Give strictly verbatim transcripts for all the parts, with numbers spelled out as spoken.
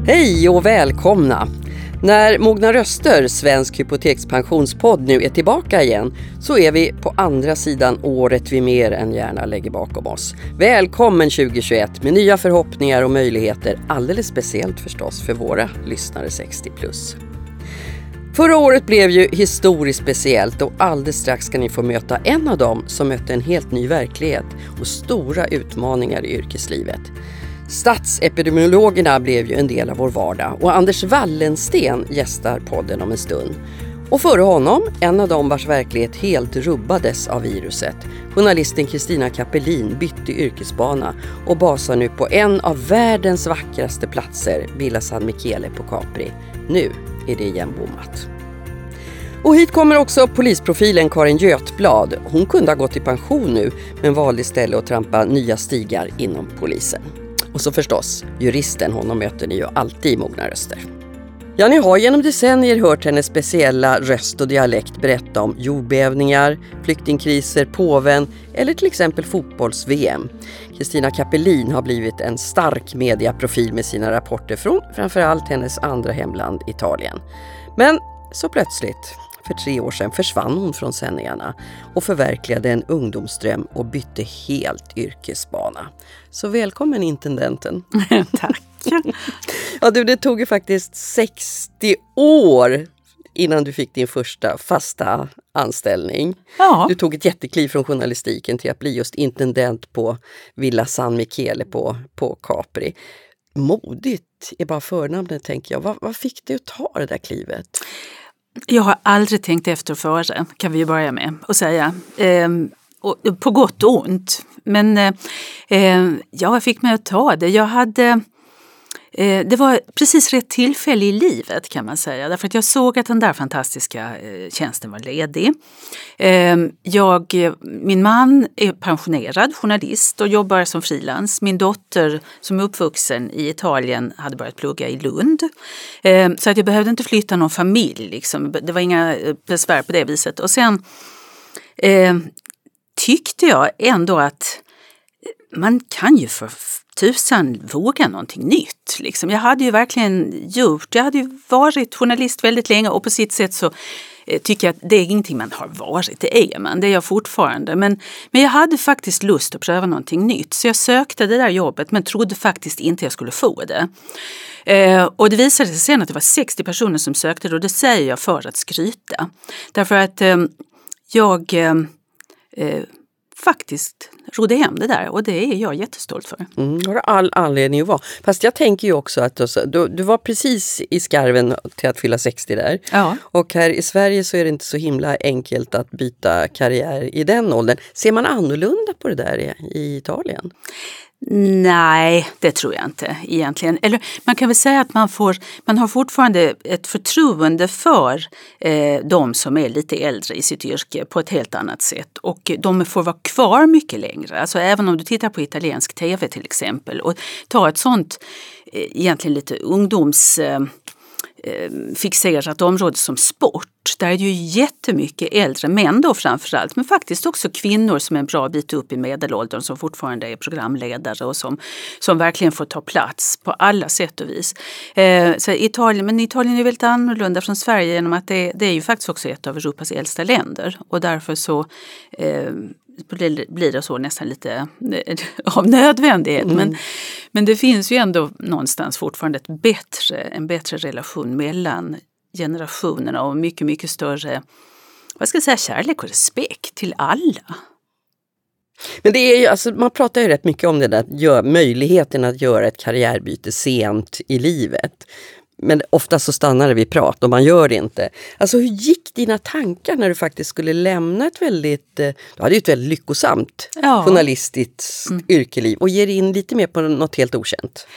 Hej och välkomna! När Mogna Röster, Svensk hypotekspensionspodd, nu är tillbaka igen så är vi på andra sidan året vi mer än gärna lägger bakom oss. Välkommen tjugohundratjugoett med nya förhoppningar och möjligheter, alldeles speciellt förstås för våra lyssnare sextio plus. Förra året blev ju historiskt speciellt och alldeles strax ska ni få möta en av dem som mötte en helt ny verklighet och stora utmaningar i yrkeslivet. Statsepidemiologerna blev ju en del av vår vardag och Anders Wallensten gästar podden om en stund. Och före honom, en av dem vars verklighet helt rubbades av viruset. Journalisten Kristina Kapelin bytte yrkesbana och basar nu på en av världens vackraste platser, Villa San Michele på Capri. Nu är det igenbommat. Och hit kommer också polisprofilen Karin Götblad. Hon kunde ha gått i pension nu men valde istället att trampa nya stigar inom polisen. Och så förstås, juristen, honom möter ni ju alltid i Mogna Röster. Ja, ni har genom decennier hört hennes speciella röst och dialekt berätta om jordbävningar, flyktingkriser, påven eller till exempel fotbolls-V M. Kristina Kapelin har blivit en stark mediaprofil med sina rapporter från framförallt hennes andra hemland Italien. Men så plötsligt, för tre år sedan, försvann hon från sändningarna och förverkligade en ungdomsdröm och bytte helt yrkesbana. Så välkommen intendenten. Tack. Ja du, det tog ju faktiskt sextio år innan du fick din första fasta anställning. Ja. Du tog ett jättekliv från journalistiken till att bli just intendent på Villa San Michele på, på Capri. Modigt är bara förnamnet, tänker jag. Vad, vad fick dig att ta det där klivet? Jag har aldrig tänkt efter före, kan vi ju börja med att säga. Ehm, och, på gott och ont. Men eh, ja, jag fick mig att ta det. Jag hade... Eh, det var precis rätt tillfälle i livet, kan man säga. Därför att jag såg att den där fantastiska eh, tjänsten var ledig. Eh, jag, min man är pensionerad journalist och jobbar som frilans. Min dotter, som är uppvuxen i Italien, hade börjat plugga i Lund. Eh, så att jag behövde inte flytta någon familj. Liksom. Det var inga besvär på det viset. Och sen eh, tyckte jag ändå att man kan ju för tusan våga någonting nytt. Liksom. Jag hade ju verkligen gjort, jag hade ju varit journalist väldigt länge och på sitt sätt så eh, tycker jag att det är ingenting man har varit, det är man, det är jag fortfarande. Men, men jag hade faktiskt lust att pröva någonting nytt så jag sökte det där jobbet men trodde faktiskt inte jag skulle få det. Eh, och det visade sig sen att det var sextio personer som sökte det och det säger jag för att skryta. Därför att eh, jag... Eh, faktiskt rodde hem det där och det är jag jättestolt för. Mm, det har all anledning att vara. Fast jag tänker ju också att du, du var precis i skarven till att fylla sextio där. Ja. Och här i Sverige så är det inte så himla enkelt att byta karriär i den åldern. Ser man annorlunda på det där i Italien? Nej, det tror jag inte egentligen. Eller man kan väl säga att man, får, man har fortfarande ett förtroende för eh, de som är lite äldre i sitt yrke på ett helt annat sätt. Och de får vara kvar mycket längre. Alltså även om du tittar på italiensk tv till exempel och tar ett sånt eh, egentligen lite ungdoms... Eh, fixerat område som sport. Där är det ju jättemycket äldre män då framförallt, men faktiskt också kvinnor som är en bra bit upp i medelåldern som fortfarande är programledare och som, som verkligen får ta plats på alla sätt och vis. Eh, så Italien, men Italien är väldigt annorlunda från Sverige genom att det, det är ju faktiskt också ett av Europas äldsta länder och därför så eh, blir det så nästan lite av nödvändighet. Mm. Men, men det finns ju ändå någonstans fortfarande ett bättre, en bättre relation mellan generationerna och mycket, mycket större, vad ska jag säga, kärlek och respekt till alla. Men det är ju, alltså, man pratar ju rätt mycket om det där, gör, möjligheten att göra ett karriärbyte sent i livet. Men ofta så stannar det vid prat och man gör det inte. Alltså hur gick dina tankar när du faktiskt skulle lämna ett väldigt, du hade ju ett väldigt lyckosamt ja. journalistiskt mm. yrkeliv och ger in lite mer på något helt okänt?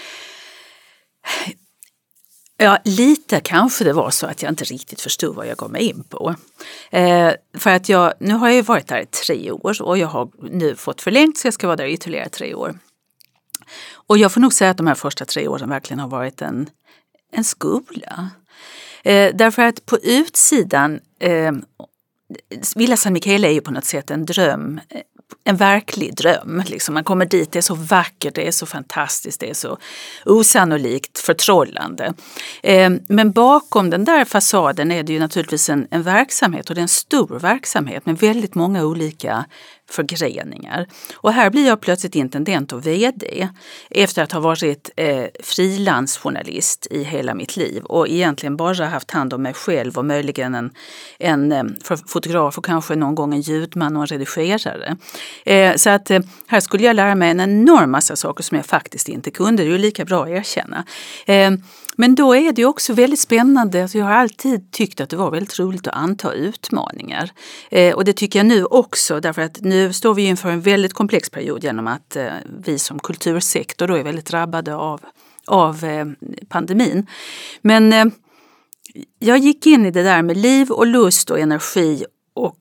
Ja, lite kanske det var så att jag inte riktigt förstod vad jag gav mig in på. Eh, för att jag, nu har jag ju varit där i tre år och jag har nu fått förlängt så jag ska vara där ytterligare tre år. Och jag får nog säga att de här första tre åren verkligen har varit en En skola. Eh, därför att på utsidan, eh, Villa San Michele är ju på något sätt en dröm en verklig dröm. Liksom man kommer dit, det är så vackert, det är så fantastiskt, det är så osannolikt förtrollande. Eh, men bakom den där fasaden är det ju naturligtvis en, en verksamhet, och det är en stor verksamhet med väldigt många olika förgreningar. Och här blir jag plötsligt intendent och vd efter att ha varit eh, frilansjournalist i hela mitt liv och egentligen bara haft hand om mig själv och möjligen en, en eh, fotograf och kanske någon gång en ljudman och en redigerare. Eh, så att eh, här skulle jag lära mig en enorm massa saker som jag faktiskt inte kunde. Det är ju lika bra att erkänna. Eh, Men då är det ju också väldigt spännande. Alltså jag har alltid tyckt att det var väldigt roligt att anta utmaningar. Eh, och det tycker jag nu också, därför att nu står vi inför en väldigt komplex period genom att eh, vi som kultursektor då är väldigt drabbade av, av eh, pandemin. Men eh, jag gick in i det där med liv och lust och energi och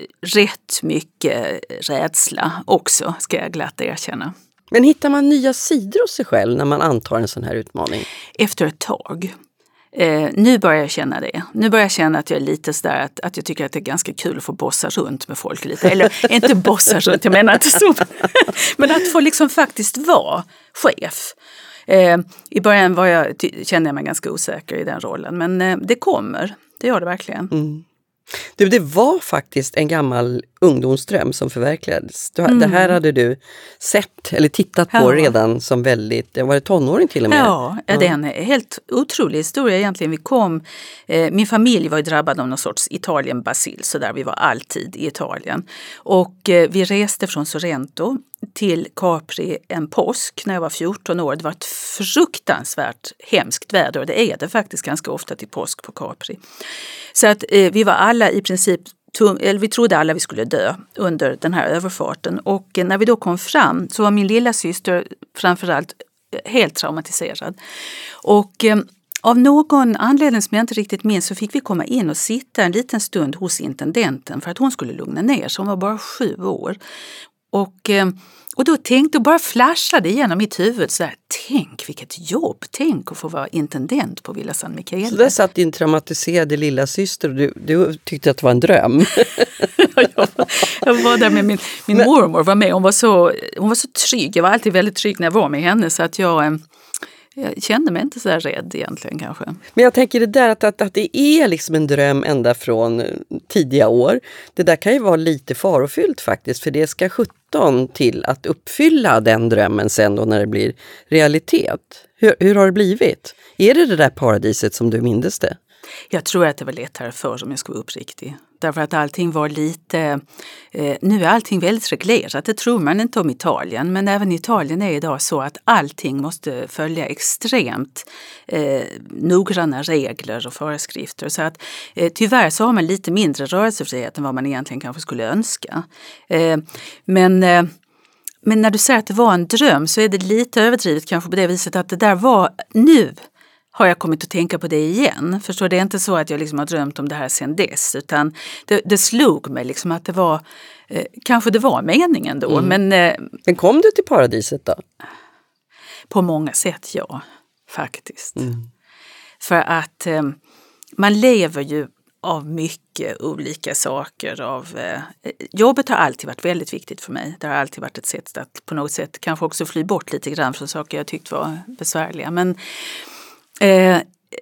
rätt mycket rädsla också, ska jag glatt erkänna. Men hittar man nya sidor hos sig själv när man antar en sån här utmaning? Efter ett tag. Eh, nu börjar jag känna det. Nu börjar jag känna att jag är lite sådär att, att jag tycker att det är ganska kul att få bossa runt med folk lite. Eller inte bossa runt, jag menar inte så. Men att få liksom faktiskt vara chef. Eh, I början var jag, kände jag mig ganska osäker i den rollen. Men eh, det kommer, det gör det verkligen. Mm. Du, det var faktiskt en gammal ungdomsdröm som förverkligades. Du, Mm. Det här hade du sett eller tittat på Ja. redan som väldigt, var det tonåring till och med? Ja, ja, det är en helt otrolig historia egentligen. Vi kom, eh, min familj var ju drabbad av någon sorts Italien-bacill, så där vi var alltid i Italien. Och eh, vi reste från Sorrento till Capri en påsk när jag var fjorton år. Det var ett fruktansvärt hemskt väder, och det är det faktiskt ganska ofta till påsk på Capri. Så att eh, vi var alla i princip, eller vi trodde alla vi skulle dö under den här överfarten. Och eh, när vi då kom fram så var min lilla syster framförallt helt traumatiserad. Och eh, av någon anledning som jag inte riktigt minns så fick vi komma in och sitta en liten stund hos intendenten för att hon skulle lugna ner sig. Hon var bara sju år. Och, och då tänkte, och bara flashade igenom mitt huvud så här, tänk vilket jobb, tänk att få vara intendent på Villa San Michele. Så där satt din traumatiserade lilla syster och du, du tyckte att det var en dröm. jag, var, jag var där med min, min Men, mormor var med, hon var, så, hon var så trygg, jag var alltid väldigt trygg när jag var med henne, så att jag... Jag kände mig inte så där rädd egentligen kanske. Men jag tänker det där att, att, att det är liksom en dröm ända från tidiga år. Det där kan ju vara lite farofyllt faktiskt. För det ska sjutton till att uppfylla den drömmen sen då när det blir realitet. Hur, hur har det blivit? Är det det där paradiset som du mindes det? Jag tror att det var lättare förr, om jag ska vara uppriktig. Därför att allting var lite... Eh, nu är allting väldigt reglerat. Det tror man inte om Italien. Men även Italien är idag så att allting måste följa extremt eh, noggranna regler och föreskrifter. Så att eh, tyvärr så har man lite mindre rörelsefrihet än vad man egentligen kanske skulle önska. Eh, men... Eh, men när du säger att det var en dröm så är det lite överdrivet kanske på det viset att det där var nu... har jag kommit att tänka på det igen. Förstår, det är inte så att jag liksom har drömt om det här sedan dess, utan det, det slog mig liksom att det var, eh, kanske det var meningen då. Mm. Men, eh, men kom du till paradiset då? På många sätt, ja, faktiskt. Mm. För att eh, man lever ju av mycket olika saker. Av, eh, jobbet har alltid varit väldigt viktigt för mig. Det har alltid varit ett sätt att på något sätt kanske också fly bort lite grann från saker jag tyckte var besvärliga. Men Eh,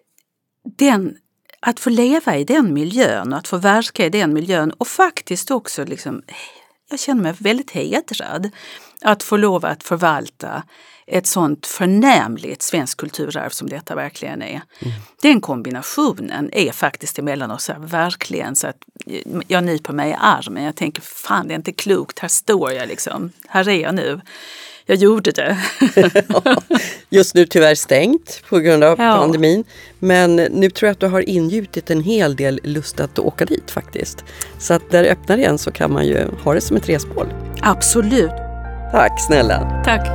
den, att få leva i den miljön och att få verka i den miljön och faktiskt också liksom, jag känner mig väldigt hedrad att få lov att förvalta ett sånt förnämligt svensk kulturarv som detta verkligen är. Mm. Den kombinationen är faktiskt emellan oss verkligen så att jag nyper mig i armen. Jag tänker, fan det är inte klokt, här står jag liksom, här är jag nu. Jag gjorde det. Just nu tyvärr stängt på grund av ja. pandemin. Men nu tror jag att du har ingjutit en hel del lust att åka dit faktiskt. Så att när det öppnar igen så kan man ju ha det som ett resmål. Absolut. Tack snälla. Tack.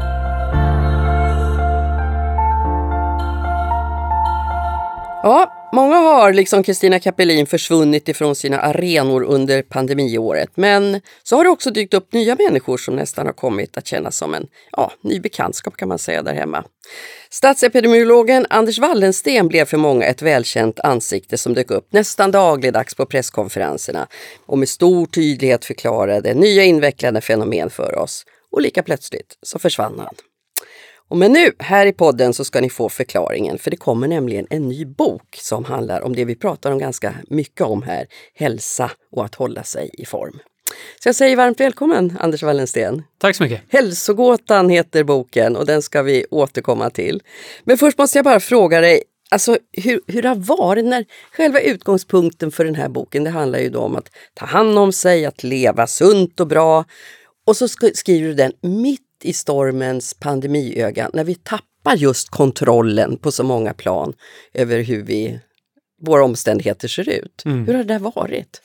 Ja, Många har, liksom Kristina Kapelin, försvunnit ifrån sina arenor under pandemiåret. Men så har det också dykt upp nya människor som nästan har kommit att kännas som en ja, ny bekantskap kan man säga där hemma. Statsepidemiologen Anders Wallensten blev för många ett välkänt ansikte som dök upp nästan dagligdags på presskonferenserna och med stor tydlighet förklarade nya invecklade fenomen för oss. Och lika plötsligt så försvann han. Och men nu, här i podden så ska ni få förklaringen, för det kommer nämligen en ny bok som handlar om det vi pratar om ganska mycket om här, hälsa och att hålla sig i form. Så jag säger varmt välkommen, Anders Wallensten. Tack så mycket. Hälsogåtan heter boken och den ska vi återkomma till. Men först måste jag bara fråga dig, alltså hur, hur det har varit när själva utgångspunkten för den här boken, det handlar ju då om att ta hand om sig, att leva sunt och bra. Och så sk- skriver du den mitt i stormens pandemiöga när vi tappar just kontrollen på så många plan över hur vi, våra omständigheter ser ut. Mm. Hur har det varit?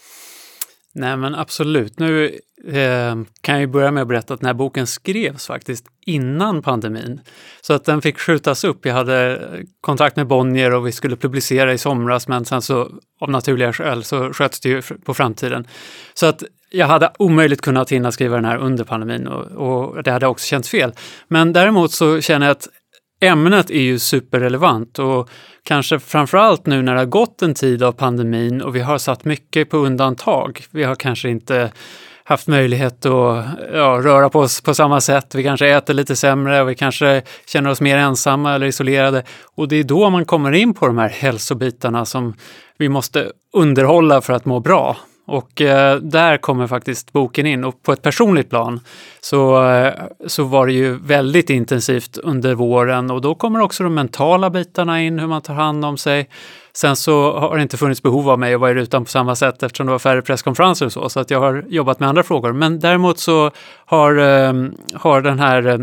Nej men absolut. Nu eh, kan jag ju börja med att berätta att den här boken skrevs faktiskt innan pandemin. Så att den fick skjutas upp. Jag hade kontrakt med Bonnier och vi skulle publicera i somras, men sen så av naturliga skäl så sköts det ju på framtiden. Så att jag hade omöjligt kunnat hinna skriva den här under pandemin och, och det hade också känts fel. Men däremot så känner jag att ämnet är ju superrelevant och kanske framförallt nu när det har gått en tid av pandemin och vi har satt mycket på undantag. Vi har kanske inte haft möjlighet att ja, röra på oss på samma sätt. Vi kanske äter lite sämre och vi kanske känner oss mer ensamma eller isolerade. Och det är då man kommer in på de här hälsobitarna som vi måste underhålla för att må bra. Och eh, där kommer faktiskt boken in och på ett personligt plan så, eh, så var det ju väldigt intensivt under våren och då kommer också de mentala bitarna in, hur man tar hand om sig. Sen så har det inte funnits behov av mig att vara i rutan på samma sätt eftersom det var färre presskonferenser och så, så att jag har jobbat med andra frågor. Men däremot så har, eh, har den här eh,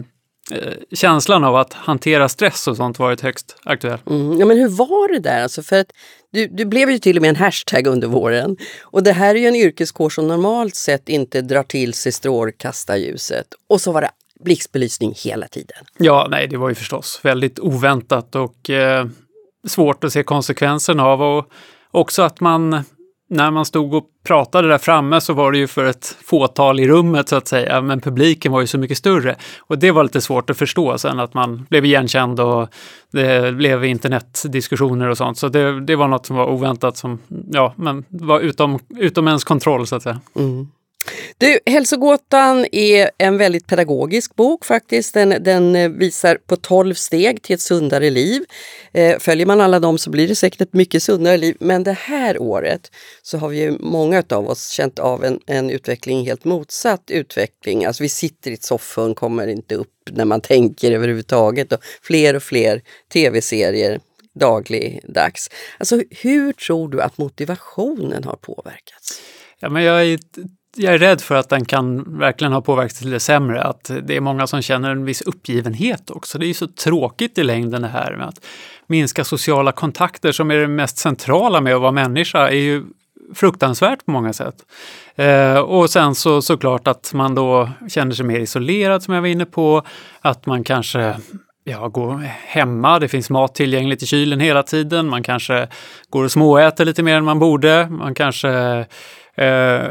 känslan av att hantera stress och sånt varit högst aktuell. Mm, ja, men hur var det där? Alltså för att du, du blev ju till och med en hashtag under våren. Och det här är ju en yrkeskår som normalt sett inte drar till sig strålkastarljuset. Och så var det blixtbelysning hela tiden. Ja, nej, det var ju förstås väldigt oväntat och eh, svårt att se konsekvenserna av. Och också att man, när man stod och pratade där framme så var det ju för ett fåtal i rummet så att säga, men publiken var ju så mycket större. Och det var lite svårt att förstå sen att man blev igenkänd och det blev internetdiskussioner och sånt. Så det, det var något som var oväntat som ja, men var utom, utom ens kontroll så att säga. Mm. Du, Hälsogåtan är en väldigt pedagogisk bok faktiskt. Den, den visar på tolv steg till ett sundare liv. Eh, följer man alla dem så blir det säkert ett mycket sundare liv. Men det här året så har vi ju många av oss känt av en, en utveckling, helt motsatt utveckling. Alltså vi sitter i ett soffhörn, kommer inte upp när man tänker överhuvudtaget. Och fler och fler tv-serier dagligdags. Alltså hur tror du att motivationen har påverkats? Ja, men jag är... Jag är rädd för att den kan verkligen ha påverkat till det sämre. Att det är många som känner en viss uppgivenhet också. Det är ju så tråkigt i längden det här med att minska sociala kontakter som är det mest centrala med att vara människa är ju fruktansvärt på många sätt. Eh, och sen så såklart att man då känner sig mer isolerad som jag var inne på. Att man kanske... Ja, går hemma, det finns mat tillgängligt i kylen hela tiden. Man kanske går och småäter lite mer än man borde. Man kanske eh,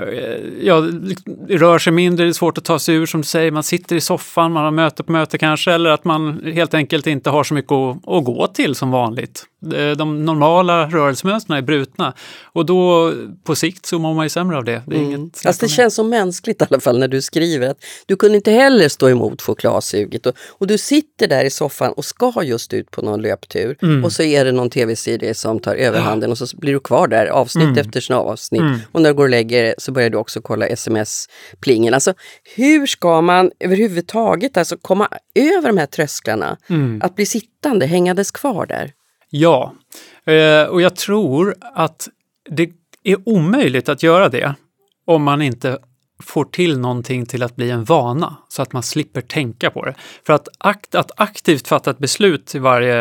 ja, rör sig mindre, det är svårt att ta sig ur som du säger. Man sitter i soffan, man har möte på möte kanske. Eller att man helt enkelt inte har så mycket att, att gå till som vanligt. De normala rörelsemönsterna är brutna. Och då på sikt så mår man ju sämre av det. Det, är mm. inget alltså det känns så mänskligt i alla fall när du skriver att du kunde inte heller stå emot chokladsuget. Och, och du sitter där i soffan och ska just ut på någon löptur. Mm. Och så är det någon tv-serie som tar överhanden och så blir du kvar där avsnitt mm. efter avsnitt. Mm. Och när du går och lägger så börjar du också kolla sms-plingen. Alltså hur ska man överhuvudtaget alltså komma över de här trösklarna? Mm. Att bli sittande, hängades kvar där? Ja, och jag tror att det är omöjligt att göra det om man inte får till någonting till att bli en vana så att man slipper tänka på det. För att, akt, att aktivt fatta ett beslut i varje,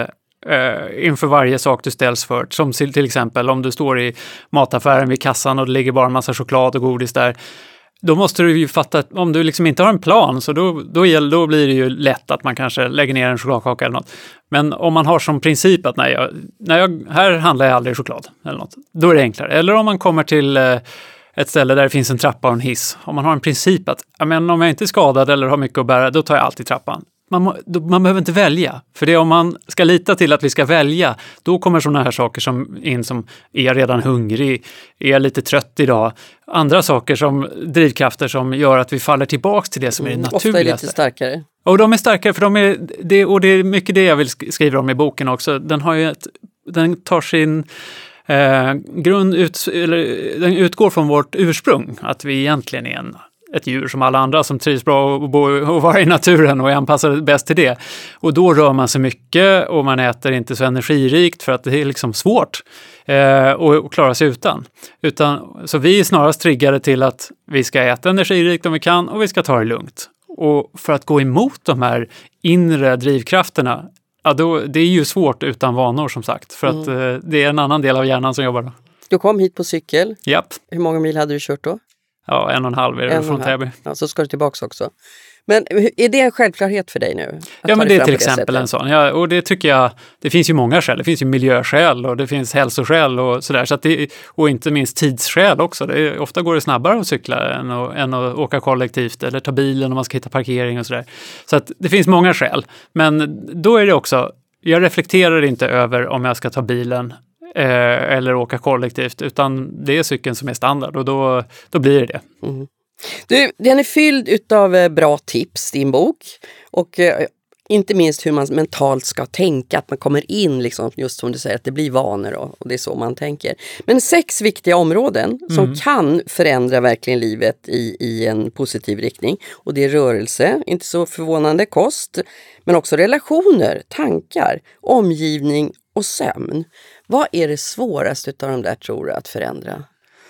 eh, inför varje sak du ställs för, som till exempel om du står i mataffären vid kassan och det ligger bara en massa choklad och godis där. då måste du ju fatta att om du liksom inte har en plan så då, då, gäller, då blir det ju lätt att man kanske lägger ner en chokladkaka eller något. Men om man har som princip att nej, jag, när jag, här handlar jag aldrig choklad eller något, då är det enklare. Eller om man kommer till eh, ett ställe där det finns en trappa och en hiss. Om man har en princip att men om jag inte är skadad eller har mycket att bära, då tar jag alltid trappan. Man, må, då, man behöver inte välja. För det om man ska lita till att vi ska välja, då kommer sådana här saker som in som är jag redan hungrig, är jag lite trött idag. Andra saker som drivkrafter som gör att vi faller tillbaka till det som mm, är det naturligaste. Ofta är lite starkare. Och de är starkare för de är, det, och det är mycket det jag vill skriva om i boken också. Den, har ju ett, den tar sin eh, grund ut, eller, den utgår från vårt ursprung. Att vi egentligen är en ett djur som alla andra som trivs bra och, bo, och vara i naturen och är anpassade bäst till det. Och då rör man sig mycket och man äter inte så energirikt för att det är liksom svårt eh, att klara sig utan. utan. Så vi är snarast triggade till att vi ska äta energirikt om vi kan och vi ska ta det lugnt. Och för att gå emot de här inre drivkrafterna, ja, då, det är ju svårt utan vanor som sagt. För att mm. eh, det är en annan del av hjärnan som jobbar då. Du kom hit på cykel. Japp. Hur många mil hade du kört då? Ja, en och en halv är det från Täby. Ja, så ska du tillbaka också. Men är det en självklärhet för dig nu? Ja, men det är till exempel en sån. Ja, och det tycker jag, det finns ju många skäl. Det finns ju miljöskäl och det finns hälsoskäl och sådär. Så att det, och inte minst tidsskäl också. Det är, ofta går det snabbare att cykla än att, än att åka kollektivt eller ta bilen om man ska hitta parkering och sådär. Så att det finns många skäl. Men då är det också, jag reflekterar inte över om jag ska ta bilen Eh, eller åka kollektivt, utan det är cykeln som är standard och då, då blir det det. Mm. Du, den är fylld utav eh, bra tips, din bok, och eh, inte minst hur man mentalt ska tänka, att man kommer in liksom, just som du säger, att det blir vanor och, och det är så man tänker. Men sex viktiga områden som mm. kan förändra verkligen livet i, i en positiv riktning, och det är rörelse, inte så förvånande, kost, men också relationer, tankar, omgivning och sömn. Vad är det svåraste av de där, tror du, att förändra?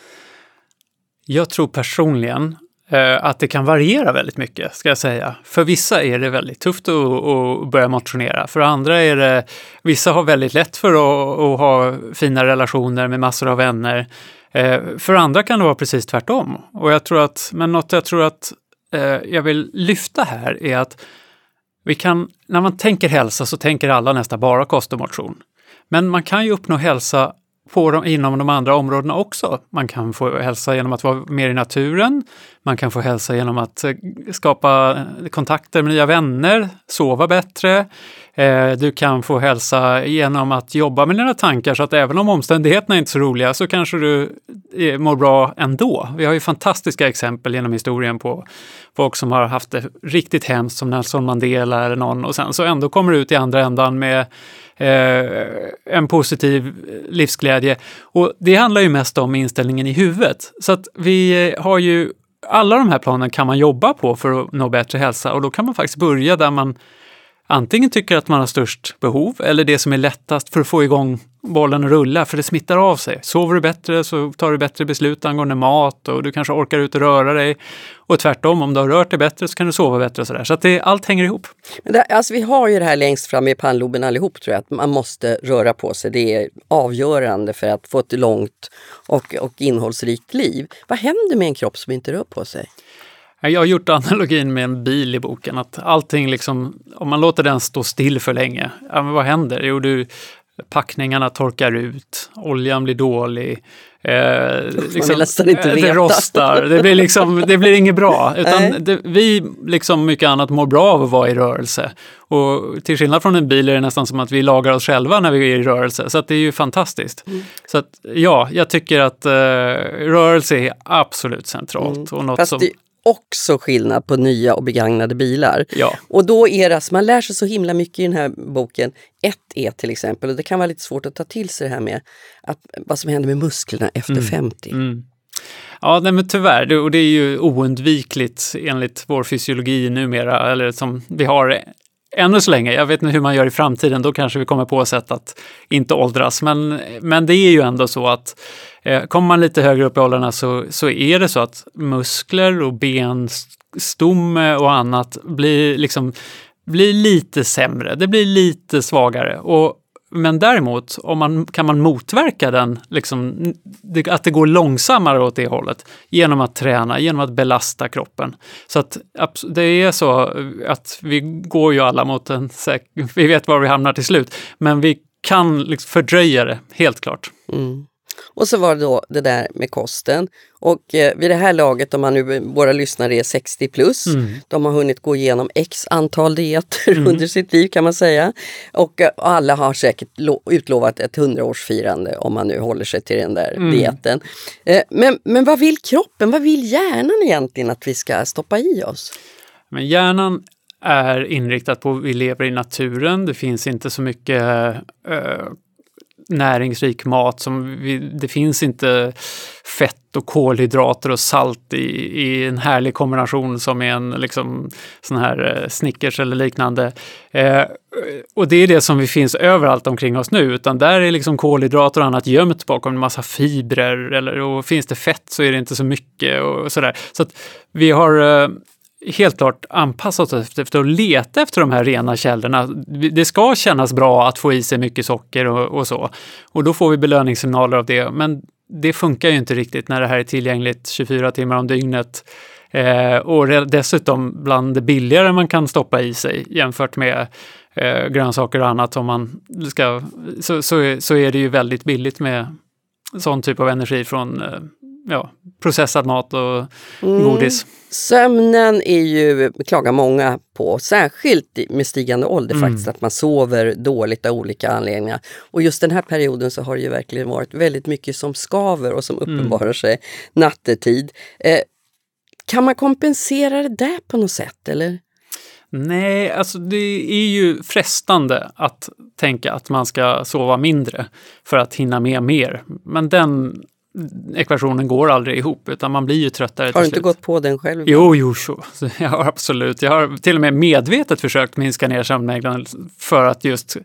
Jag tror personligen eh, att det kan variera väldigt mycket, ska jag säga. För vissa är det väldigt tufft att, att börja motionera. För andra är det, vissa har väldigt lätt för att, att ha fina relationer med massor av vänner. Eh, för andra kan det vara precis tvärtom. Och jag tror att, men något jag tror att eh, jag vill lyfta här är att vi kan, när man tänker hälsa så tänker alla nästan bara kost och motion. Men man kan ju uppnå hälsa på de, inom de andra områdena också. Man kan få hälsa genom att vara mer i naturen. Man kan få hälsa genom att skapa kontakter med nya vänner, sova bättre. Eh, du kan få hälsa genom att jobba med dina tankar, så att även om omständigheterna är inte så roliga så kanske du eh, mår bra ändå. Vi har ju fantastiska exempel genom historien på folk som har haft det riktigt hemskt, som Nelson Mandela eller någon, och sen så ändå kommer ut i andra ändan med Eh, en positiv livsglädje. Och det handlar ju mest om inställningen i huvudet. Så att vi har ju, alla de här planen kan man jobba på för att nå bättre hälsa, och då kan man faktiskt börja där man antingen tycker att man har störst behov, eller det som är lättast för att få igång bollen att rulla, för det smittar av sig. Sover du bättre så tar du bättre beslut angående mat, och du kanske orkar ut och röra dig. Och tvärtom, om du har rört dig bättre så kan du sova bättre och sådär. Så att det, allt hänger ihop. Men det, alltså vi har ju det här längst fram i pannloben allihop, tror jag, att man måste röra på sig. Det är avgörande för att få ett långt och, och innehållsrikt liv. Vad händer med en kropp som inte rör på sig? Jag har gjort analogin med en bil i boken, att allting liksom, om man låter den stå still för länge, ja, men vad händer? Jo, du, packningarna torkar ut, oljan blir dålig, eh, liksom, inte det rostar, det blir, liksom, det blir inget bra. Utan det, vi, liksom mycket annat, mår bra av att vara i rörelse. Och till skillnad från en bil är det nästan som att vi lagar oss själva när vi är i rörelse. Så att det är ju fantastiskt. Mm. Så att, ja, jag tycker att eh, rörelse är absolut centralt. Mm. Och något Fast som... det... också skillnad på nya och begagnade bilar. Ja. Och då är det, alltså man lär sig så himla mycket i den här boken. Ett är till exempel, och det kan vara lite svårt att ta till sig det här med att, vad som händer med musklerna efter mm. femtio. Mm. Ja, nej, men tyvärr, och det är ju oundvikligt enligt vår fysiologi numera, eller som vi har ännu så länge. Jag vet inte hur man gör i framtiden, då kanske vi kommer på ett sätt att inte åldras. Men, men det är ju ändå så att eh, kommer man lite högre upp i åldrarna så, så är det så att muskler och benstomme och annat blir, liksom, blir lite sämre. Det blir lite svagare. Och Men däremot, om man, kan man motverka den, liksom, det, att det går långsammare åt det hållet genom att träna, genom att belasta kroppen. Så att det är så att vi går ju alla mot en säk- vi vet var vi hamnar till slut, men vi kan liksom fördröja det, helt klart. Mm. Och så var det då det där med kosten. Och eh, vid det här laget, om man nu, våra lyssnare är sextio plus, mm. de har hunnit gå igenom x antal dieter mm. under sitt liv kan man säga. Och eh, alla har säkert lo- utlovat ett hundraårsfirande om man nu håller sig till den där mm. dieten. Eh, men, men vad vill kroppen, vad vill hjärnan egentligen att vi ska stoppa i oss? Men hjärnan är inriktad på att vi lever i naturen. Det finns inte så mycket eh, näringsrik mat, som vi, det finns inte fett och kolhydrater och salt i, i en härlig kombination som är en liksom, sån här eh, Snickers eller liknande. Eh, och det är det som vi finns överallt omkring oss nu, utan där är liksom kolhydrater och annat gömt bakom en massa fibrer, eller, och finns det fett så är det inte så mycket och sådär. Så att vi har eh, helt klart anpassat oss efter att leta efter de här rena källorna. Det ska kännas bra att få i sig mycket socker och, och så. Och då får vi belöningssignaler av det. Men det funkar ju inte riktigt när det här är tillgängligt tjugofyra timmar om dygnet. Eh, och re- dessutom bland det billigare man kan stoppa i sig jämfört med eh, grönsaker och annat. Om man ska, så, så, är, så är det ju väldigt billigt med sån typ av energi från eh, ja, processad mat och mm. godis. Sömnen är ju, klagar många på, särskilt med stigande ålder mm. faktiskt, att man sover dåligt av olika anledningar. Och just den här perioden så har det ju verkligen varit väldigt mycket som skaver och som uppenbarar mm. sig nattetid. Eh, kan man kompensera det där på något sätt, eller? Nej, alltså det är ju frestande att tänka att man ska sova mindre för att hinna med mer. Men den ekvationen går aldrig ihop, utan man blir ju tröttare till Har du slut. inte gått på den själv? Jo, jo, så. Jag har absolut. Jag har till och med medvetet försökt minska ner sömnmängden för att just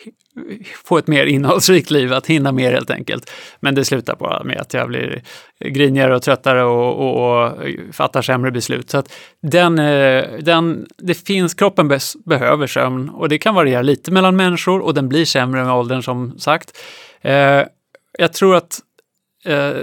få ett mer innehållsrikt liv, att hinna mer helt enkelt. Men det slutar bara med att jag blir grinigare och tröttare och, och, och fattar sämre beslut. Så att den, den, det finns, kroppen bes, behöver sömn, och det kan variera lite mellan människor, och den blir sämre med åldern som sagt. Eh, jag tror att Eh,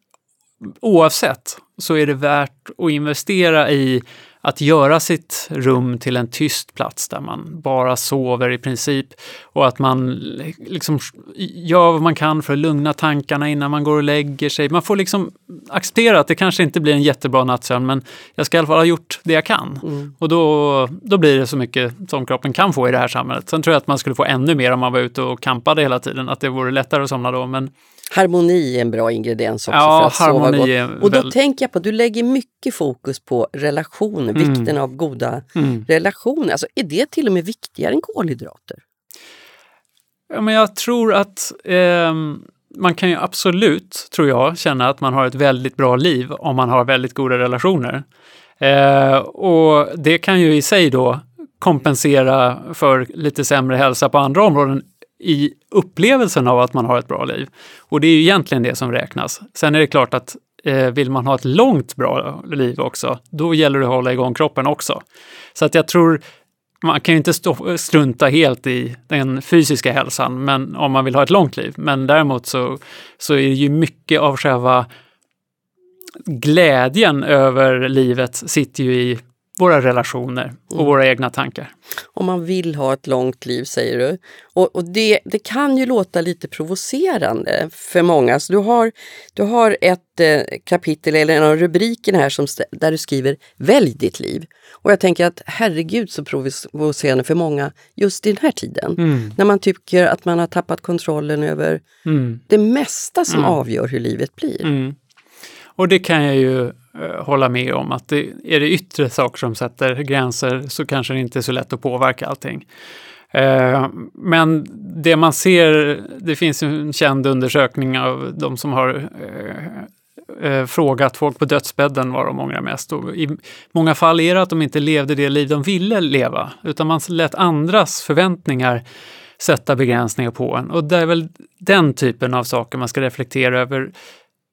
oavsett så är det värt att investera i att göra sitt rum till en tyst plats där man bara sover i princip, och att man liksom gör vad man kan för att lugna tankarna innan man går och lägger sig. Man får liksom acceptera att det kanske inte blir en jättebra nattsömn, men jag ska i alla fall ha gjort det jag kan. Mm. Och då, då blir det så mycket som kroppen kan få i det här samhället. Sen tror jag att man skulle få ännu mer om man var ute och kampade hela tiden, att det vore lättare att somna då, men harmoni är en bra ingrediens också ja, för att sova gott. Och då väl... tänker jag på att du lägger mycket fokus på relationer, mm. vikten av goda mm. relationer. Alltså, är det till och med viktigare än kolhydrater? Ja, men jag tror att eh, man kan ju absolut, tror jag, känna att man har ett väldigt bra liv om man har väldigt goda relationer. Eh, och det kan ju i sig då kompensera för lite sämre hälsa på andra områden i upplevelsen av att man har ett bra liv. Och det är ju egentligen det som räknas. Sen är det klart att eh, vill man ha ett långt bra liv också, då gäller det att hålla igång kroppen också. Så att jag tror, man kan ju inte stå, strunta helt i den fysiska hälsan, men om man vill ha ett långt liv. Men däremot så, så är det ju mycket av själva glädjen över livet sitter ju i våra relationer och mm. våra egna tankar. Om man vill ha ett långt liv, säger du. Och, och det, det kan ju låta lite provocerande för många. Så du har, du har ett eh, kapitel eller en av rubrikerna här som, där du skriver välj ditt liv. Och jag tänker att herregud så provocerande för många just i den här tiden. Mm. När man tycker att man har tappat kontrollen över mm. det mesta som mm. avgör hur livet blir. Mm. Och det kan jag ju hålla med om, att det, är det yttre saker som sätter gränser så kanske det inte är så lätt att påverka allting. Eh, men det man ser, det finns en känd undersökning av de som har eh, eh, frågat folk på dödsbädden vad de ångrar mest. Och i många fall är det att de inte levde det liv de ville leva, utan man lät andras förväntningar sätta begränsningar på en. Och det är väl den typen av saker man ska reflektera över.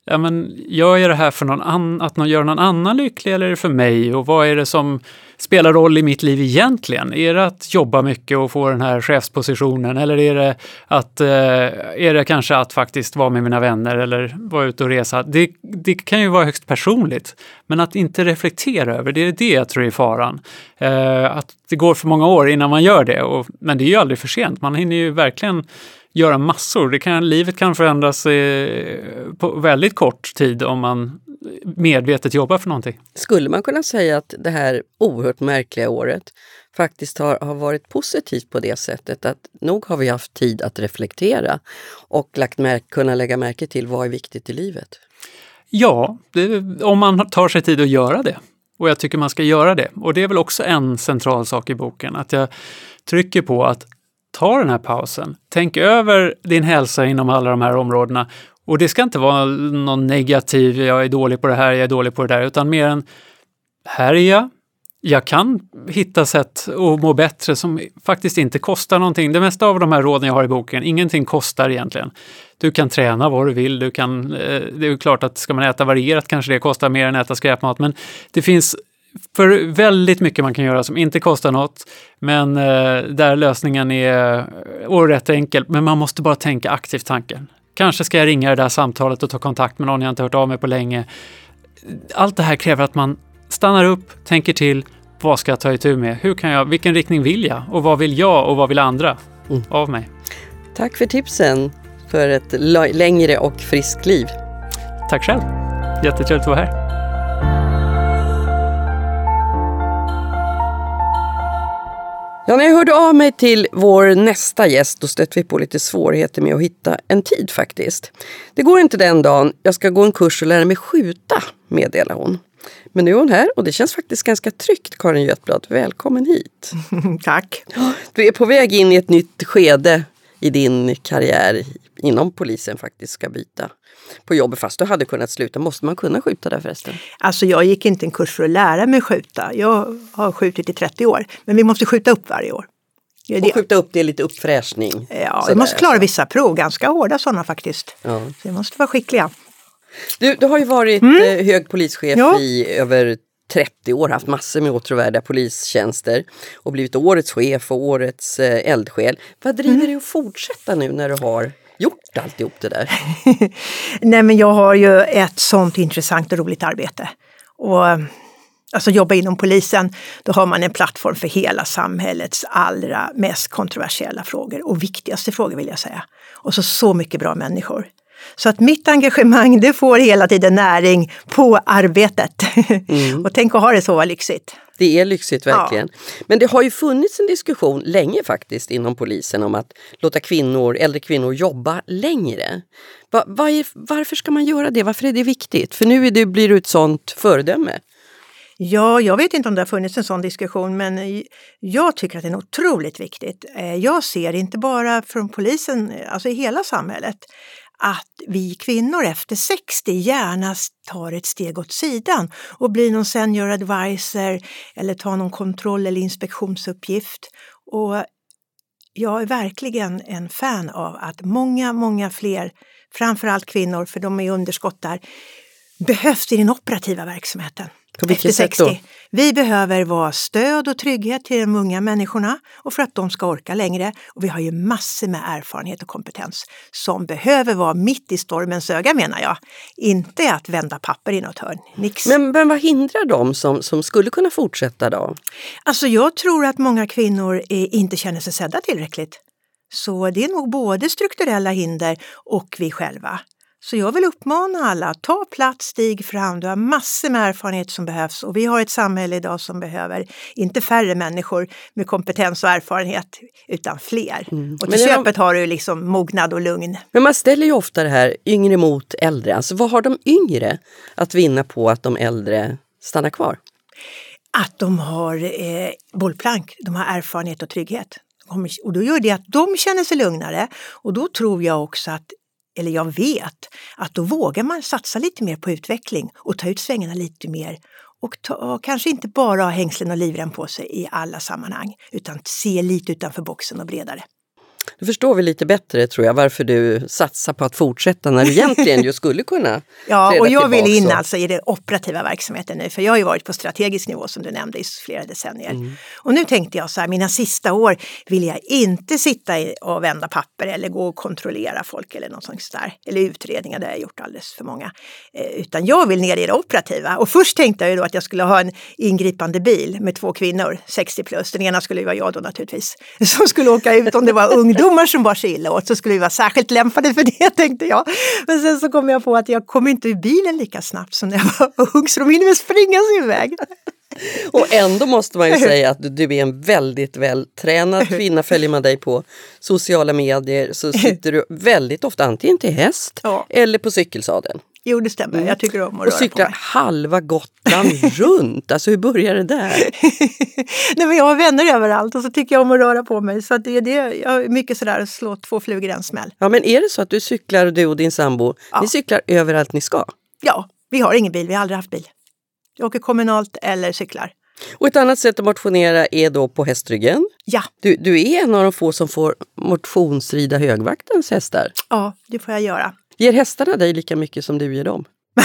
ja, men gör jag det här för någon an- att någon gör någon annan lycklig eller är det för mig? Och vad är det som spelar roll i mitt liv egentligen? Är det att jobba mycket och få den här chefspositionen eller är det att eh, är det kanske att faktiskt vara med mina vänner eller vara ute och resa? Det, det kan ju vara högst personligt, men att inte reflektera över det är det jag tror är faran. Eh, att det går för många år innan man gör det, och, men det är ju aldrig för sent. Man hinner ju verkligen göra massor. Det kan, livet kan förändras eh, på väldigt kort tid om man medvetet jobbar för någonting. Skulle man kunna säga att det här oerhört märkliga året faktiskt har, har varit positivt på det sättet att nog har vi haft tid att reflektera och lagt märk, kunna lägga märke till vad är viktigt i livet? Ja, det, om man tar sig tid att göra det. Och jag tycker man ska göra det. Och det är väl också en central sak i boken. Att jag trycker på att ta den här pausen. Tänk över din hälsa inom alla de här områdena. Och det ska inte vara någon negativ, jag är dålig på det här, jag är dålig på det där. Utan mer än, här är jag. Jag kan hitta sätt att må bättre som faktiskt inte kostar någonting. Det mesta av de här råden jag har i boken, ingenting kostar egentligen. Du kan träna vad du vill. Du kan, det är ju klart att ska man äta varierat kanske det kostar mer än äta skräpmat. Men det finns för väldigt mycket man kan göra som inte kostar något. Men där lösningen är och rätt enkel. Men man måste bara tänka aktivt tanken. Kanske ska jag ringa det där samtalet och ta kontakt med någon jag inte hört av mig på länge. Allt det här kräver att man stannar upp, tänker till, vad ska jag ta itu med? Hur kan jag, vilken riktning vill jag? Och vad vill jag och vad vill andra mm. av mig? Tack för tipsen för ett l- längre och friskt liv. Tack själv. Jättetrevligt att vara här. Ja, när jag hörde av mig till vår nästa gäst, då stötte vi på lite svårigheter med att hitta en tid faktiskt. Det går inte den dagen, jag ska gå en kurs och lära mig skjuta, meddelar hon. Men nu är hon här och det känns faktiskt ganska tryggt, Karin Götblad. Välkommen hit. Tack. Du är på väg in i ett nytt skede i din karriär inom polisen faktiskt, ska byta på jobbet fast du hade kunnat sluta. Måste man kunna skjuta där förresten? Alltså jag gick inte en kurs för att lära mig skjuta. Jag har skjutit i trettio år. Men vi måste skjuta upp varje år. Det och skjuta upp, det är lite uppfräschning. Ja, vi måste klara vissa prov. Ganska hårda sådana faktiskt. Ja. Så vi måste vara skickliga. Du, du har ju varit mm. hög polischef ja. i över trettio år, haft massor med åtråvärda polistjänster och blivit årets chef och årets eh, eldsjäl. Vad driver mm. dig att fortsätta nu när du har gjort alltihop det där? Nej, men jag har ju ett sånt intressant och roligt arbete. Och alltså jobba inom polisen, då har man en plattform för hela samhällets allra mest kontroversiella frågor och viktigaste frågor vill jag säga. Och så så mycket bra människor. Så att mitt engagemang, det får hela tiden näring på arbetet. Mm. Och tänk att ha det så lyxigt. Det är lyxigt verkligen. Ja. Men det har ju funnits en diskussion länge faktiskt inom polisen om att låta kvinnor, äldre kvinnor jobba längre. Va, va är, varför ska man göra det? Varför är det viktigt? För nu är det, blir det ett sånt föredöme. Ja, jag vet inte om det har funnits en sån diskussion, men jag tycker att det är otroligt viktigt. Jag ser inte bara från polisen, alltså i hela samhället, att vi kvinnor efter sextio gärna tar ett steg åt sidan och blir någon senior advisor eller tar någon kontroll- eller inspektionsuppgift. Och jag är verkligen en fan av att många, många fler, framförallt kvinnor, för de är underskott där, behövs i den operativa verksamheten. På vilket sätt då? Vi behöver vara stöd och trygghet till de unga människorna och för att de ska orka längre. Och vi har ju massor med erfarenhet och kompetens som behöver vara mitt i stormens öga menar jag. Inte att vända papper i något hörn. Nix. Men, men vad hindrar dem som, som skulle kunna fortsätta då? Alltså jag tror att många kvinnor är, inte känner sig sedda tillräckligt. Så det är nog både strukturella hinder och vi själva. Så jag vill uppmana alla, ta plats, stig fram, du har massor med erfarenhet som behövs och vi har ett samhälle idag som behöver inte färre människor med kompetens och erfarenhet utan fler. Mm. Och till köpet de... har du liksom mognad och lugn. Men man ställer ju ofta det här yngre mot äldre, alltså vad har de yngre att vinna på att de äldre stannar kvar? Att de har eh, bollplank, de har erfarenhet och trygghet. Och då gör det att de känner sig lugnare och då tror jag också att eller jag vet att då vågar man satsa lite mer på utveckling och ta ut svängarna lite mer och, ta, och kanske inte bara ha hängslen och livrem på sig i alla sammanhang utan se lite utanför boxen och bredare. Du förstår väl lite bättre, tror jag, varför du satsar på att fortsätta när du egentligen ju skulle kunna. Ja, och jag vill in så. alltså i det operativa verksamheten nu, för jag har ju varit på strategisk nivå som du nämnde i flera decennier. Mm. Och nu tänkte jag så här, mina sista år vill jag inte sitta och vända papper eller gå och kontrollera folk eller något sånt där. Eller utredningar, det har jag gjort alldeles för många. Eh, utan jag vill ner i det operativa. Och först tänkte jag ju då att jag skulle ha en ingripande bil med två kvinnor, sextio plus. Den ena skulle ju vara jag då naturligtvis, som skulle åka ut om det var ungdomar som var så illa åt, så skulle vi vara särskilt lämpade för det, tänkte jag. Men sen så kom jag på att jag kom inte ur bilen lika snabbt som när jag var ung, så de hinner väl springa sig iväg. Och ändå måste man ju säga att du är en väldigt vältränad kvinna. Följer man dig på sociala medier så sitter du väldigt ofta antingen till häst ja. eller på cykelsadeln. Jo, det stämmer. Jag tycker om att och cyklar halva Gotland runt. Alltså hur börjar det där? Nej, men jag har vänner överallt och så tycker jag om att röra på mig. Så att det är det. Jag är mycket sådär att slå två flugor i en smäll. Ja, men är det så att du cyklar, du och din sambo, ja. ni cyklar överallt ni ska? Ja, vi har ingen bil. Vi har aldrig haft bil. Jag åker kommunalt eller cyklar. Och ett annat sätt att motionera är då på hästryggen. Ja. Du, du är en av de få som får motionsrida högvaktens hästar. Ja, det får jag göra. Ger hästarna dig lika mycket som du ger dem?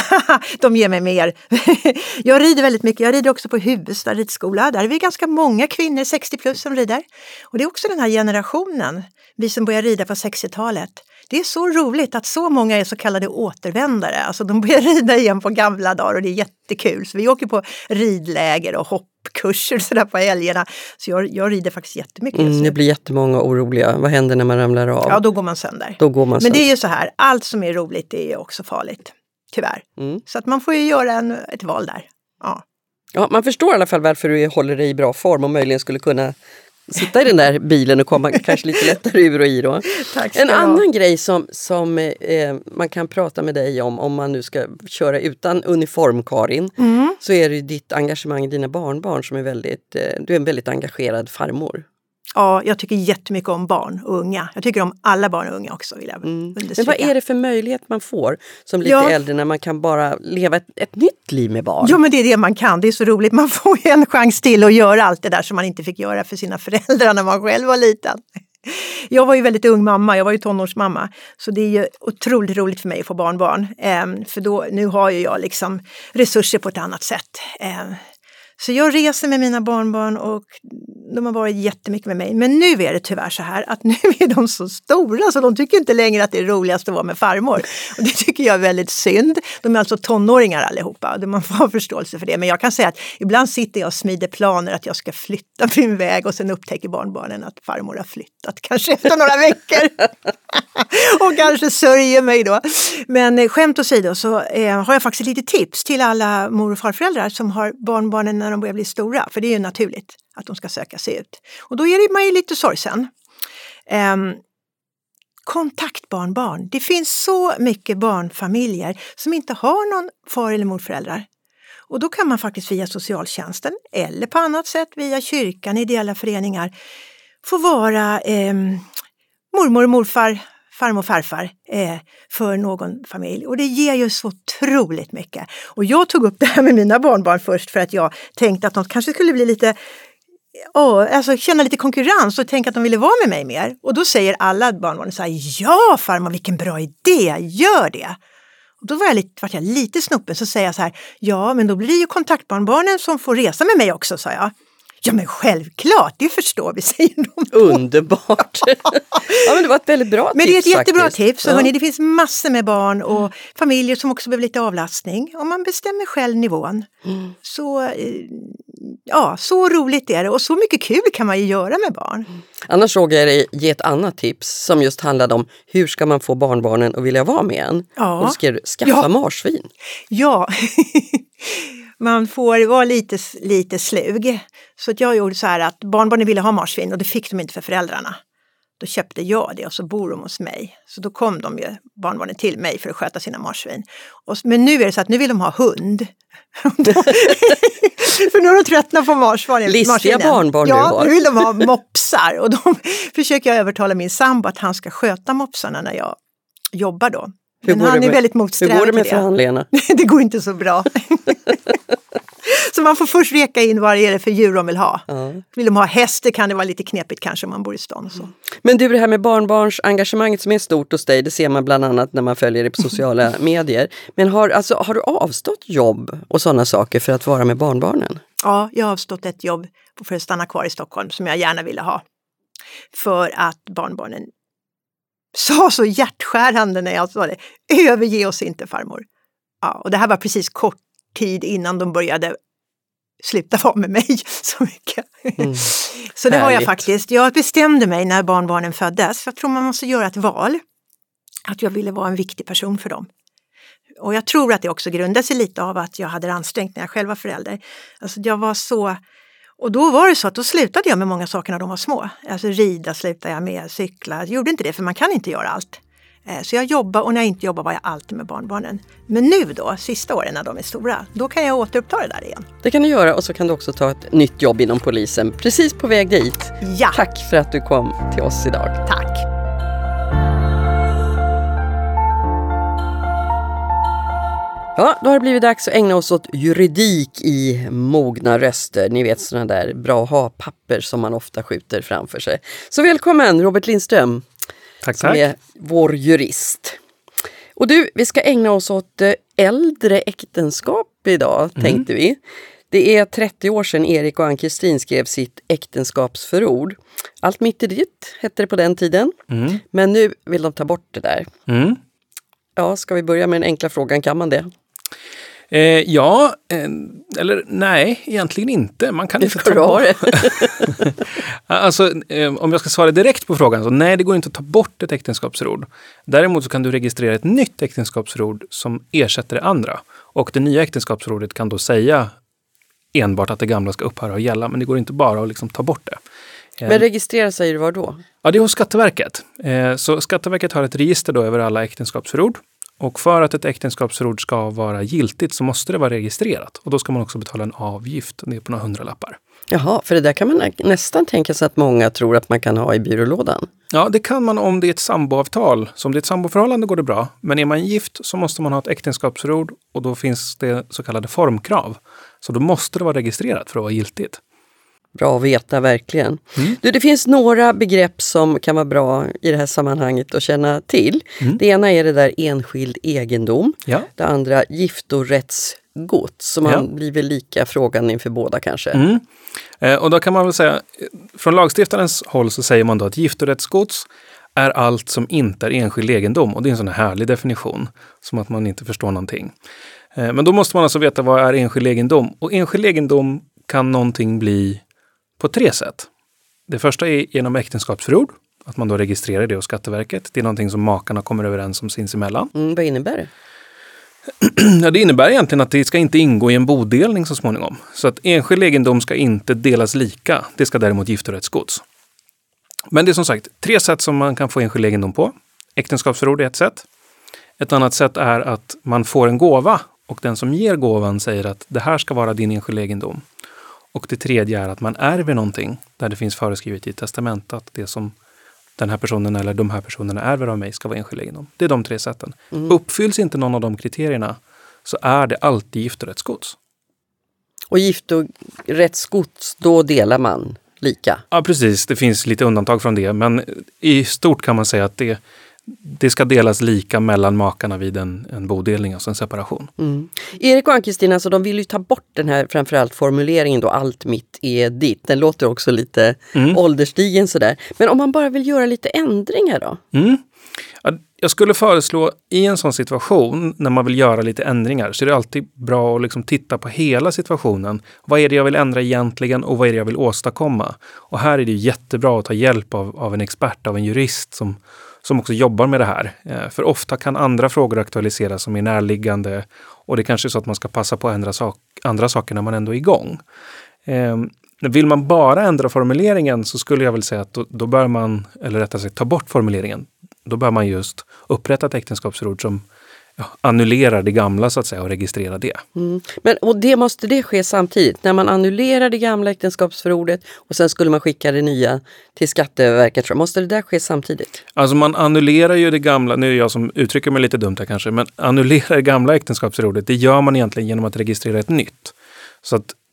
De ger mig mer. Jag rider väldigt mycket. Jag rider också på Huvudsta ridskola. Där är vi ganska många kvinnor, sextio plus, som rider. Och det är också den här generationen, vi som börjar rida på sextiotalet. Det är så roligt att så många är så kallade återvändare. Alltså de börjar rida igen på gamla dagar och det är jättekul. Så vi åker på ridläger och hoppkurser så där på helgerna. Så jag, jag rider faktiskt jättemycket. Mm, det blir jättemånga oroliga. Vad händer när man ramlar av? Ja, då går man sönder. Då går man sönder. Men det är ju så här, allt som är roligt är också farligt. Tyvärr. Mm. Så att man får ju göra en, ett val där. Ja. Ja, man förstår i alla fall varför du håller dig i bra form och möjligen skulle kunna sitta i den där bilen och komma kanske lite lättare ur och i då. Tack, en annan grej som, som eh, man kan prata med dig om, om man nu ska köra utan uniform, Karin, mm. så är det ju ditt engagemang i dina barnbarn som är väldigt, eh, du är en väldigt engagerad farmor. Ja, jag tycker jättemycket om barn och unga. Jag tycker om alla barn och unga också, vill jag mm. understryka. Men vad är det för möjlighet man får som lite ja. äldre när man kan bara leva ett, ett nytt liv med barn? Ja, men det är det man kan. Det är så roligt. Man får ju en chans till att göra allt det där som man inte fick göra för sina föräldrar när man själv var liten. Jag var ju väldigt ung mamma, jag var ju tonårsmamma. Så det är ju otroligt roligt för mig att få barnbarn. Ehm, för då, nu har ju jag liksom resurser på ett annat sätt. Ehm, Så jag reser med mina barnbarn och de har varit jättemycket med mig. Men nu är det tyvärr så här att nu är de så stora så de tycker inte längre att det är roligast att vara med farmor. Och det tycker jag är väldigt synd. De är alltså tonåringar allihopa. Man får ha förståelse för det. Men jag kan säga att ibland sitter jag och smider planer att jag ska flytta min väg och sen upptäcker barnbarnen att farmor har flyttat. Kanske efter några veckor. Och kanske sörjer mig då. Men skämt åsido så eh, har jag faktiskt lite tips till alla mor- och farföräldrar som har barnbarnen när de börjar bli stora. För det är ju naturligt att de ska söka sig ut. Och då är man ju lite sorgsen. Um, kontaktbarnbarn. Det finns så mycket barnfamiljer som inte har någon far- eller morföräldrar. Och då kan man faktiskt via socialtjänsten eller på annat sätt via kyrkan, ideella föreningar få vara eh, mormor och morfar, farmor och farfar eh, för någon familj. Och det ger ju så otroligt mycket. Och jag tog upp det här med mina barnbarn först för att jag tänkte att de kanske skulle bli lite, oh, alltså känna lite konkurrens och tänka att de ville vara med mig mer. Och då säger alla barnbarn så här, ja farmor, vilken bra idé, gör det. Och då var jag lite, var jag lite snoppen, så säger jag så här, ja men då blir det ju kontaktbarnbarnen som får resa med mig också, sa jag. Ja men självklart, det förstår vi, säger de. Underbart. Ja men det var ett väldigt bra tips. Men det är ett jättebra faktiskt. tips. Så ja. Hörni, det finns massor med barn och familjer som också behöver lite avlastning. Om man bestämmer själv nivån. Mm. Så, ja, så roligt är det. Och så mycket kul kan man ju göra med barn. Mm. Annars såg jag dig ge ett annat tips som just handlade om hur ska man få barnbarnen att vilja vara med en. Ja. Och då ska du skaffa ja. marsvin. Ja, man får vara lite, lite slug. Så att jag gjorde så här att barnbarnen ville ha marsvin och det fick de inte för föräldrarna. Då köpte jag det och så bor de hos mig. Så då kom de ju, barnbarnen, till mig för att sköta sina marsvin. Och, men nu är det så att nu vill de ha hund. För nu har de tröttnat på marsvinen. Listiga barnbarn ja, du har. Ja, nu vill de ha mopsar. Och då försöker jag övertala min sambo att han ska sköta mopsarna när jag jobbar då. Men han är med, väldigt motsträvig. Hur går det med förhandlingarna? Det går inte så bra. Så man får först reka in vad är det för djur de vill ha. Ja. Vill de ha hästar kan det vara lite knepigt kanske om man bor i stan och så. Men du, det här med barnbarns engagemanget som är stort hos dig, det ser man bland annat när man följer det på sociala medier. Men har, alltså, har du avstått jobb och sådana saker för att vara med barnbarnen? Ja, jag har avstått ett jobb för att stanna kvar i Stockholm som jag gärna ville ha. För att barnbarnen sa så hjärtskärande när jag sa det. Överge oss inte, farmor. Ja, och det här var precis kort tid innan de började sluta vara med mig så mycket. Mm. Så det Härligt. Var jag faktiskt. Jag bestämde mig när barnbarnen föddes. Jag tror man måste göra ett val. Att jag ville vara en viktig person för dem. Och jag tror att det också grundade sig lite av att jag hade ansträngt när jag själv var förälder. Alltså jag var så... Och då var det så att då slutade jag med många saker när de var små. Alltså rida slutade jag med, cykla. Jag gjorde inte det för man kan inte göra allt. Så jag jobbade och när jag inte jobbade var jag alltid med barnbarnen. Men nu då, sista åren när de är stora, då kan jag återuppta det där igen. Det kan du göra och så kan du också ta ett nytt jobb inom polisen. Precis på väg dit. Ja. Tack för att du kom till oss idag. Tack. Ja, då har det blivit dags att ägna oss åt juridik i mogna röster. Ni vet sådana där bra ha-papper som man ofta skjuter framför sig. Så välkommen Robert Lindström. Tack, som tack. är vår jurist. Och du, vi ska ägna oss åt äldre äktenskap idag, mm. tänkte vi. Det är trettio år sedan Erik och Ann-Kristin skrev sitt äktenskapsförord. Allt mitt i ditt hette det på den tiden. Mm. Men nu vill de ta bort det där. Mm. Ja, ska vi börja med den enkla frågan, kan man det? Eh, ja, eh, eller nej, egentligen inte. Man kan det inte ta bort det. Alltså, eh, om jag ska svara direkt på frågan så nej, det går inte att ta bort ett äktenskapsförord. Däremot så kan du registrera ett nytt äktenskapsförord som ersätter det andra. Och det nya äktenskapsförordet kan då säga enbart att det gamla ska upphöra att gälla, men det går inte bara att liksom ta bort det. Eh, men registrera säger du var då? Ja, det är hos Skatteverket. Eh, så Skatteverket har ett register då över alla äktenskapsförord. Och för att ett äktenskapsförord ska vara giltigt så måste det vara registrerat. Och då ska man också betala en avgift, det är på några hundralappar. Jaha, för det där kan man nästan tänka sig att många tror att man kan ha i byrålådan. Ja, det kan man om det är ett samboavtal. Så om det är ett samboförhållande går det bra. Men är man gift så måste man ha ett äktenskapsförord och då finns det så kallade formkrav. Så då måste det vara registrerat för att vara giltigt. Bra att veta, verkligen. Mm. Du, det finns några begrepp som kan vara bra i det här sammanhanget att känna till. Mm. Det ena är det där enskild egendom. Ja. Det andra giftorättsgods. Så man ja. blir väl lika frågan inför båda kanske. Mm. Eh, och då kan man väl säga, från lagstiftarens håll så säger man då att giftorättsgods är allt som inte är enskild egendom. Och det är en sån här härlig definition, som att man inte förstår någonting. Eh, men då måste man alltså veta vad är enskild egendom. Och enskild egendom kan någonting bli på tre sätt. Det första är genom äktenskapsförord, att man då registrerar det hos Skatteverket. Det är någonting som makarna kommer överens om sinsemellan. Mm, vad innebär det? Ja, det innebär egentligen att det ska inte ingå i en bodelning så småningom. Så att enskild egendom ska inte delas lika. Det ska däremot giftorättsgods. Men det är som sagt tre sätt som man kan få enskild egendom på. Äktenskapsförord är ett sätt. Ett annat sätt är att man får en gåva och den som ger gåvan säger att det här ska vara din enskild egendom. Och det tredje är att man ärver någonting där det finns föreskrivet i ett testament att det som den här personen eller de här personerna ärver av mig ska vara enskild egendom. Det är de tre sätten. Mm. Uppfylls inte någon av de kriterierna så är det alltid giftorättsgods. Och giftorättsgods, då delar man lika? Ja, precis. Det finns lite undantag från det. Men i stort kan man säga att det, det ska delas lika mellan makarna vid en, en bodelning, alltså en separation. Mm. Erik och Ann-Kristin, alltså, de vill ju ta bort den här framförallt formuleringen då, allt mitt är ditt. Den låter också lite mm. ålderstigen sådär. Men om man bara vill göra lite ändringar då? Mm. Ja, jag skulle föreslå i en sån situation när man vill göra lite ändringar så är det alltid bra att liksom titta på hela situationen. Vad är det jag vill ändra egentligen och vad är det jag vill åstadkomma? Och här är det jättebra att ta hjälp av, av en expert, av en jurist som som också jobbar med det här. Eh, för ofta kan andra frågor aktualiseras som är närliggande och det kanske är så att man ska passa på att ändra sak, andra saker när man ändå är igång. Eh, vill man bara ändra formuleringen så skulle jag väl säga att då, då bör man, eller rättare sagt ta bort formuleringen. Då bör man just upprätta ett äktenskapsförord som ja, annullerar det gamla så att säga och registrera det. Mm. Men och det måste det ske samtidigt? När man annullerar det gamla äktenskapsförordet och sen skulle man skicka det nya till Skatteverket. Måste det där ske samtidigt? Alltså man annullerar ju det gamla, nu är jag som uttrycker mig lite dumt här kanske, men annullerar det gamla äktenskapsförordet, det gör man egentligen genom att registrera ett nytt. Så att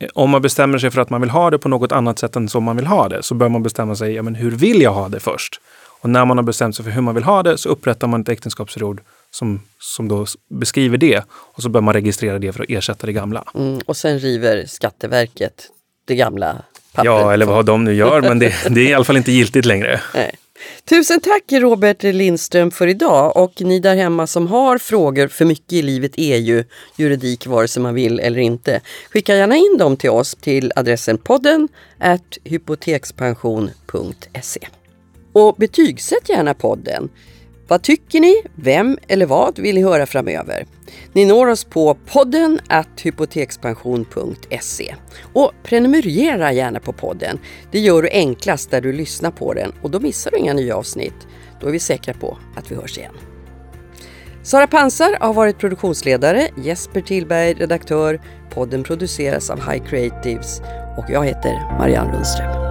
Om man bestämmer sig för att man vill ha det på något annat sätt än som man vill ha det, så bör man bestämma sig, ja men hur vill jag ha det först? Och när man har bestämt sig för hur man vill ha det, så upprättar man ett äktenskapsförord som, som då beskriver det. Och så bör man registrera det för att ersätta det gamla. Mm, och sen river Skatteverket det gamla pappret. Ja, eller vad de nu gör, men det, det är i alla fall inte giltigt längre. Nej. Tusen tack Robert Lindström för idag, och ni där hemma som har frågor, för mycket i livet är ju juridik vare sig man vill eller inte. Skicka gärna in dem till oss till adressen podden at hypotekspension punkt se. Och betygsätt gärna podden. Vad tycker ni? Vem eller vad vill ni höra framöver? Ni når oss på podden at hypotekspension punkt se. Och prenumerera gärna på podden. Det gör du enklast där du lyssnar på den, och då missar du inga nya avsnitt. Då är vi säkra på att vi hörs igen. Sara Pansar har varit produktionsledare, Jesper Tillberg redaktör. Podden produceras av High Creatives och jag heter Marianne Rundström.